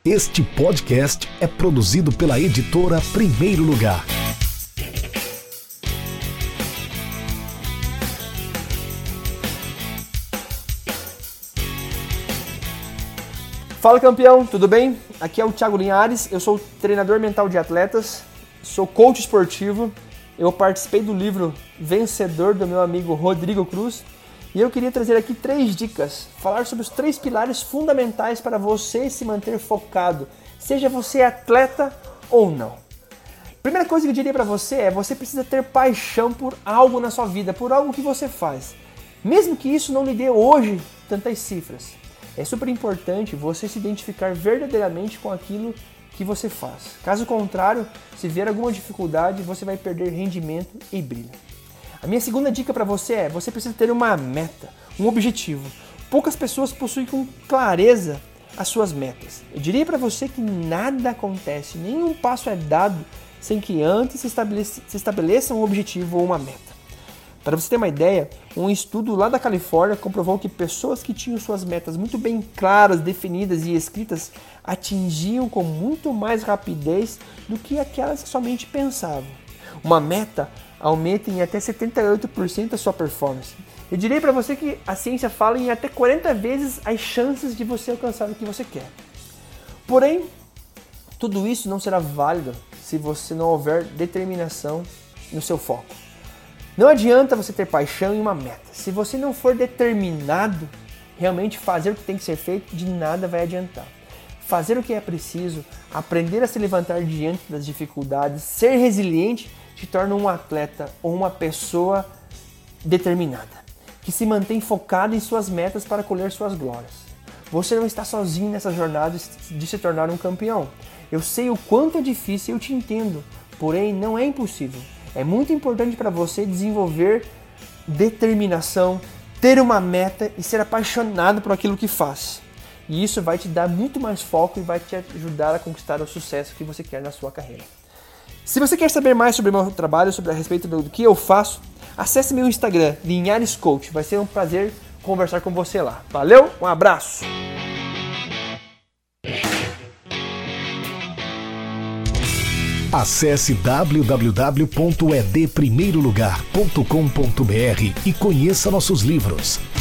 Este podcast é produzido pela editora Primeiro Lugar. Fala campeão, tudo bem? Aqui é o Thiago Linhares, eu sou treinador mental de atletas, sou coach esportivo, eu participei do livro Vencedor do meu amigo Rodrigo Cruz e eu queria trazer aqui 3 dicas, falar sobre os 3 pilares fundamentais para você se manter focado, seja você atleta ou não. Primeira coisa que eu diria para você precisa ter paixão por algo na sua vida, por algo que você faz, mesmo que isso não lhe dê hoje tantas cifras. É super importante você se identificar verdadeiramente com aquilo que você faz. Caso contrário, se vier alguma dificuldade, você vai perder rendimento e brilho. A minha segunda dica para você precisa ter uma meta, um objetivo. Poucas pessoas possuem com clareza as suas metas. Eu diria para você que nada acontece, nenhum passo é dado sem que antes se estabeleça um objetivo ou uma meta. Para você ter uma ideia, um estudo lá da Califórnia comprovou que pessoas que tinham suas metas muito bem claras, definidas e escritas atingiam com muito mais rapidez do que aquelas que somente pensavam. Uma meta aumenta em até 78% a sua performance. Eu diria para você que a ciência fala em até 40 vezes as chances de você alcançar o que você quer. Porém, tudo isso não será válido se você não houver determinação no seu foco. Não adianta você ter paixão em uma meta. Se você não for determinado realmente fazer o que tem que ser feito, de nada vai adiantar. Fazer o que é preciso, aprender a se levantar diante das dificuldades, ser resiliente, te torna um atleta ou uma pessoa determinada, que se mantém focado em suas metas para colher suas glórias. Você não está sozinho nessa jornada de se tornar um campeão. Eu sei o quanto é difícil, eu te entendo, porém não é impossível. É muito importante para você desenvolver determinação, ter uma meta e ser apaixonado por aquilo que faz. E isso vai te dar muito mais foco e vai te ajudar a conquistar o sucesso que você quer na sua carreira. Se você quer saber mais sobre o meu trabalho, a respeito do que eu faço, acesse meu Instagram, Linhares Coach. Vai ser um prazer conversar com você lá. Valeu, um abraço! Acesse www.edprimeirolugar.com.br e conheça nossos livros.